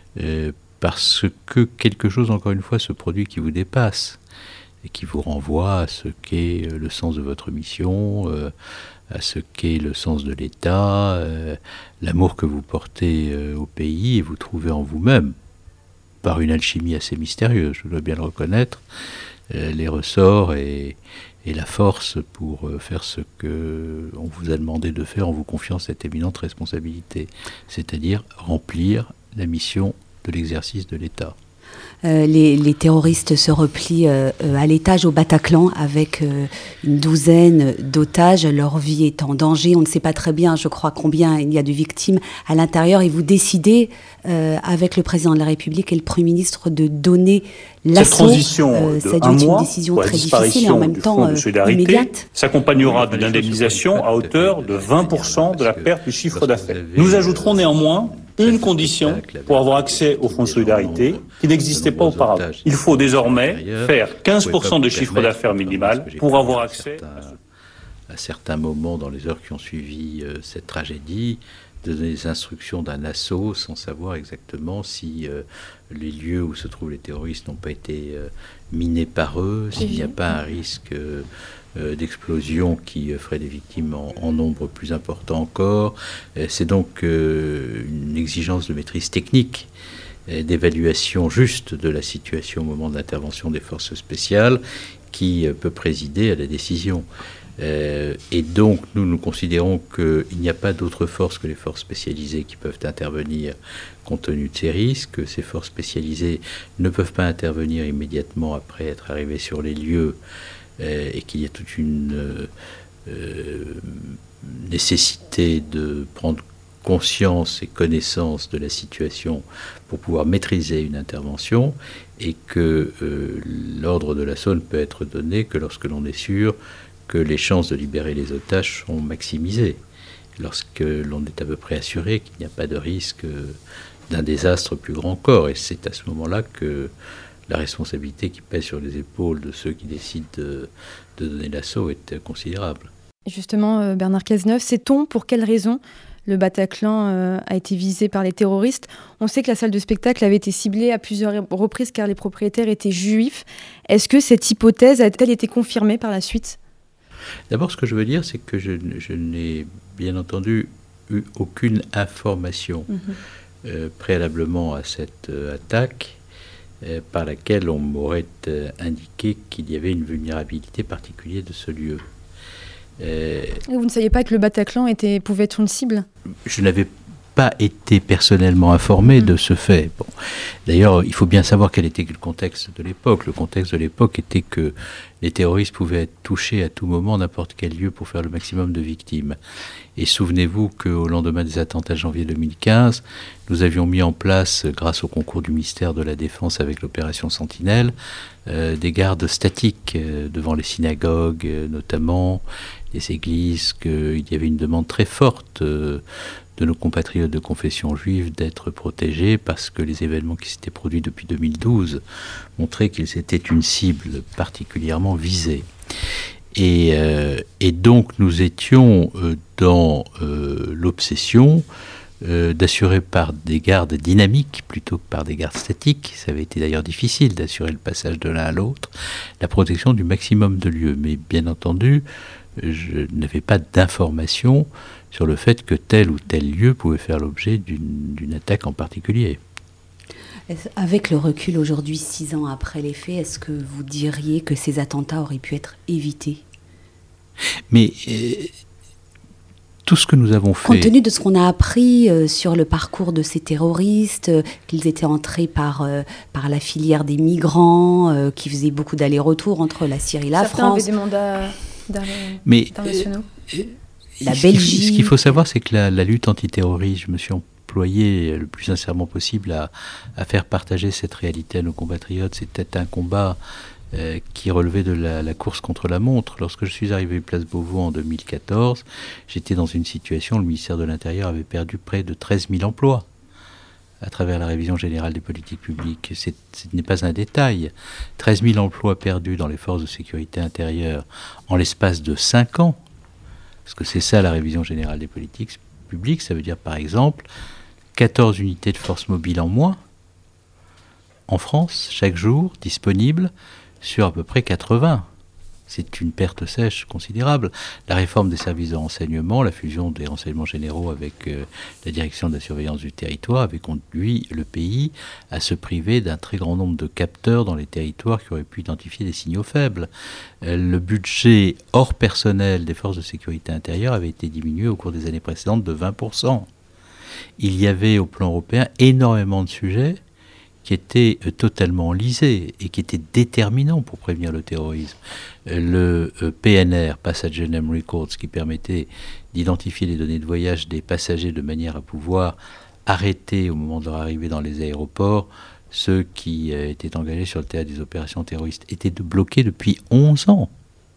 parce que quelque chose, encore une fois, se produit qui vous dépasse et qui vous renvoie à ce qu'est le sens de votre mission, à ce qu'est le sens de l'État, l'amour que vous portez au pays, et vous trouvez en vous-même, par une alchimie assez mystérieuse, je dois bien le reconnaître, les ressorts et la force pour faire ce qu'on vous a demandé de faire en vous confiant cette éminente responsabilité, c'est-à-dire remplir la mission de l'exercice de l'État. Les terroristes se replient à l'étage au Bataclan avec une douzaine d'otages. Leur vie est en danger. On ne sait pas très bien, je crois, combien il y a de victimes à l'intérieur. Et vous décidez, avec le président de la République et le Premier ministre, de donner l'assaut. Cette transition de un mois pour la disparition du Fonds de solidarité s'accompagnera d'une indemnisation à hauteur de 20% de la perte du chiffre d'affaires. Nous ajouterons néanmoins une condition pour avoir accès au Fonds de solidarité qui n'existait pas auparavant. Il faut désormais faire 15% de chiffre d'affaires minimal pour avoir accès à certains moments dans les heures qui ont suivi cette tragédie, de donner des instructions d'un assaut sans savoir exactement si les lieux où se trouvent les terroristes n'ont pas été minés par eux, s'il n'y a pas un risque d'explosion qui ferait des victimes en nombre plus important encore. C'est donc une exigence de maîtrise technique, d'évaluation juste de la situation au moment de l'intervention des forces spéciales qui peut présider à la décision. Et donc nous considérons qu'il n'y a pas d'autres forces que les forces spécialisées qui peuvent intervenir compte tenu de ces risques. Ces forces spécialisées ne peuvent pas intervenir immédiatement après être arrivées sur les lieux, et qu'il y a toute une nécessité de prendre conscience et connaissance de la situation pour pouvoir maîtriser une intervention, et que l'ordre de l'assaut ne peut être donné que lorsque l'on est sûr que les chances de libérer les otages sont maximisées, lorsque l'on est à peu près assuré qu'il n'y a pas de risque d'un désastre plus grand encore. Et c'est à ce moment-là que la responsabilité qui pèse sur les épaules de ceux qui décident de donner l'assaut est considérable. Justement, Bernard Cazeneuve, sait-on pour quelles raisons le Bataclan a été visé par les terroristes? On sait que la salle de spectacle avait été ciblée à plusieurs reprises car les propriétaires étaient juifs. Est-ce que cette hypothèse a-t-elle été confirmée par la suite? D'abord, ce que je veux dire, c'est que je n'ai bien entendu eu aucune information préalablement à cette attaque par laquelle on m'aurait indiqué qu'il y avait une vulnérabilité particulière de ce lieu. Vous ne saviez pas que le Bataclan pouvait être une cible? Je n'avais pas été personnellement informé de ce fait. Bon. D'ailleurs, il faut bien savoir quel était le contexte de l'époque. Le contexte de l'époque était que les terroristes pouvaient être touchés à tout moment, n'importe quel lieu, pour faire le maximum de victimes. Et souvenez-vous qu'au lendemain des attentats de janvier 2015, nous avions mis en place, grâce au concours du ministère de la Défense avec l'opération Sentinelle, des gardes statiques devant les synagogues notamment, les églises, qu'il y avait une demande très forte de nos compatriotes de confession juive d'être protégés parce que les événements qui s'étaient produits depuis 2012 montraient qu'ils étaient une cible particulièrement visée. Et donc nous étions dans l'obsession d'assurer par des gardes dynamiques plutôt que par des gardes statiques, ça avait été d'ailleurs difficile d'assurer le passage de l'un à l'autre, la protection du maximum de lieux. Mais bien entendu, je n'avais pas d'information sur le fait que tel ou tel lieu pouvait faire l'objet d'une attaque en particulier. Avec le recul aujourd'hui, 6 ans après les faits, est-ce que vous diriez que ces attentats auraient pu être évités ? Mais tout ce que nous avons fait... Compte tenu de ce qu'on a appris sur le parcours de ces terroristes, qu'ils étaient entrés par la filière des migrants, qui faisaient beaucoup d'allers-retours entre la Syrie et la France. Certains avaient des mandats internationaux. La Belgique... Ce qu'il faut savoir, c'est que la lutte antiterroriste, je me suis employé le plus sincèrement possible à faire partager cette réalité à nos compatriotes. C'était un combat qui relevait de la course contre la montre. Lorsque je suis arrivé place Beauvau en 2014, j'étais dans une situation où le ministère de l'Intérieur avait perdu près de 13 000 emplois à travers la révision générale des politiques publiques. Ce n'est pas un détail. 13 000 emplois perdus dans les forces de sécurité intérieure en l'espace de 5 ans, parce que c'est ça la révision générale des politiques publiques. Ça veut dire par exemple 14 unités de force mobile en moins en France, chaque jour, disponibles sur à peu près 80. C'est une perte sèche considérable. La réforme des services de renseignement, la fusion des renseignements généraux avec la direction de la surveillance du territoire avait conduit le pays à se priver d'un très grand nombre de capteurs dans les territoires qui auraient pu identifier des signaux faibles. Le budget hors personnel des forces de sécurité intérieure avait été diminué au cours des années précédentes de 20%. Il y avait au plan européen énormément de sujets qui étaient totalement enlisés et qui étaient déterminants pour prévenir le terrorisme. Le PNR, Passenger Name Records, qui permettait d'identifier les données de voyage des passagers de manière à pouvoir arrêter au moment de leur arrivée dans les aéroports ceux qui étaient engagés sur le théâtre des opérations terroristes, était bloqué depuis 11 ans.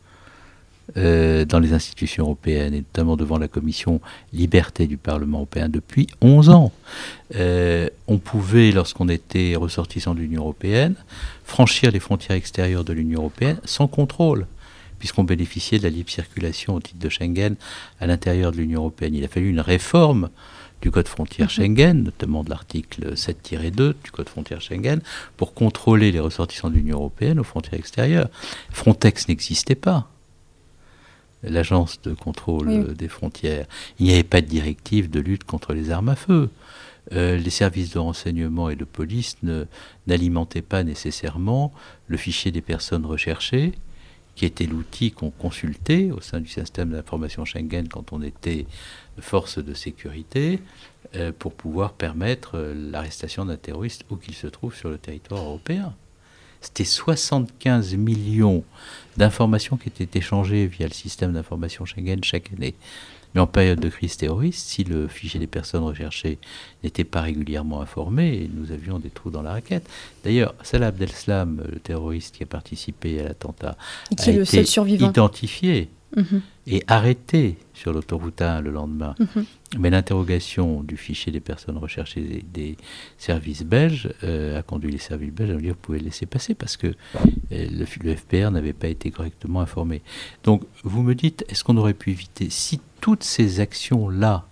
Dans les institutions européennes, et notamment devant la commission Liberté du Parlement européen, depuis 11 ans. On pouvait, lorsqu'on était ressortissant de l'Union européenne, franchir les frontières extérieures de l'Union européenne sans contrôle, puisqu'on bénéficiait de la libre circulation au titre de Schengen à l'intérieur de l'Union européenne. Il a fallu une réforme du code frontière Schengen, notamment de l'article 7-2 du code frontière Schengen, pour contrôler les ressortissants de l'Union européenne aux frontières extérieures. Frontex n'existait pas, l'agence de contrôle des frontières. Il n'y avait pas de directive de lutte contre les armes à feu. Les services de renseignement et de police n'alimentaient pas nécessairement le fichier des personnes recherchées, qui était l'outil qu'on consultait au sein du système d'information Schengen quand on était force de sécurité, pour pouvoir permettre l'arrestation d'un terroriste où qu'il se trouve sur le territoire européen. C'était 75 millions d'informations qui étaient échangées via le système d'information Schengen chaque année. Mais en période de crise terroriste, si le fichier des personnes recherchées n'était pas régulièrement informé, nous avions des trous dans la raquette. D'ailleurs, Salah Abdeslam, le terroriste qui a participé à l'attentat, a été identifié et arrêté sur l'autoroute 1 le lendemain. Mais l'interrogation du fichier des personnes recherchées des services belges a conduit les services belges à nous dire: vous pouvez le laisser passer parce que le FPR n'avait pas été correctement informé. Donc vous me dites, est-ce qu'on aurait pu éviter, si toutes ces actions-là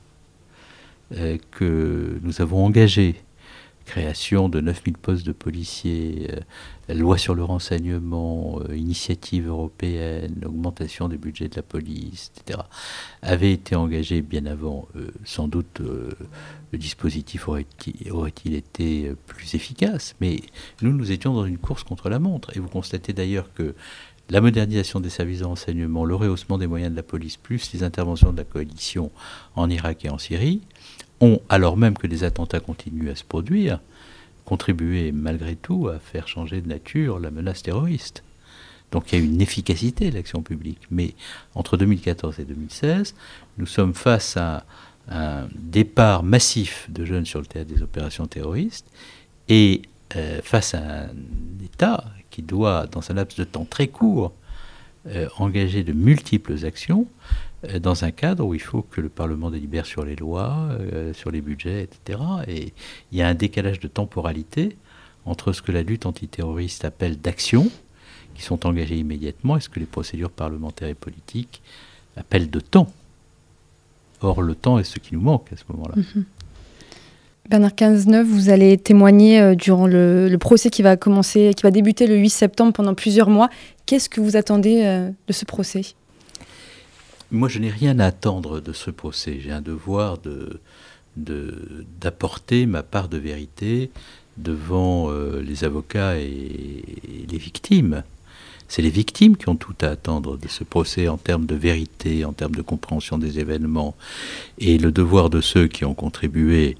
que nous avons engagées, création de 9000 postes de policiers, loi sur le renseignement, initiative européenne, augmentation des budgets de la police, etc., avaient été engagés bien avant, sans doute le dispositif aurait-il été plus efficace. Mais nous étions dans une course contre la montre. Et vous constatez d'ailleurs que la modernisation des services de renseignement, le rehaussement des moyens de la police, plus les interventions de la coalition en Irak et en Syrie, ont, alors même que des attentats continuent à se produire, contribué malgré tout à faire changer de nature la menace terroriste. Donc il y a une efficacité de l'action publique. Mais entre 2014 et 2016, nous sommes face à un départ massif de jeunes sur le théâtre des opérations terroristes et face à un État qui doit, dans un laps de temps très court, engager de multiples actions dans un cadre où il faut que le Parlement délibère sur les lois, sur les budgets, etc. Et il y a un décalage de temporalité entre ce que la lutte antiterroriste appelle d'actions, qui sont engagées immédiatement, et ce que les procédures parlementaires et politiques appellent de temps. Or, le temps est ce qui nous manque à ce moment-là. Bernard Cazeneuve, vous allez témoigner durant le procès qui va débuter le 8 septembre pendant plusieurs mois. Qu'est-ce que vous attendez de ce procès ? Moi, je n'ai rien à attendre de ce procès. J'ai un devoir d'apporter ma part de vérité devant les avocats et les victimes. C'est les victimes qui ont tout à attendre de ce procès en termes de vérité, en termes de compréhension des événements. Et le devoir de ceux qui ont contribué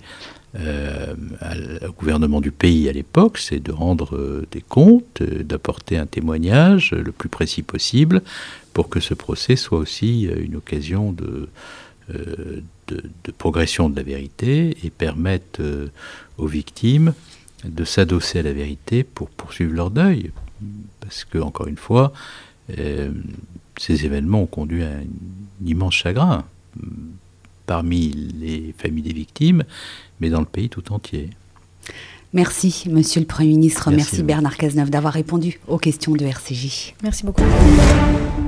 au gouvernement du pays à l'époque, c'est de rendre des comptes, d'apporter un témoignage le plus précis possible pour que ce procès soit aussi une occasion de progression de la vérité et permette aux victimes de s'adosser à la vérité pour poursuivre leur deuil. Parce que, encore une fois, ces événements ont conduit à un immense chagrin parmi les familles des victimes, mais dans le pays tout entier. Merci, Monsieur le Premier ministre. Merci Bernard Cazeneuve d'avoir répondu aux questions de RCJ. Merci beaucoup.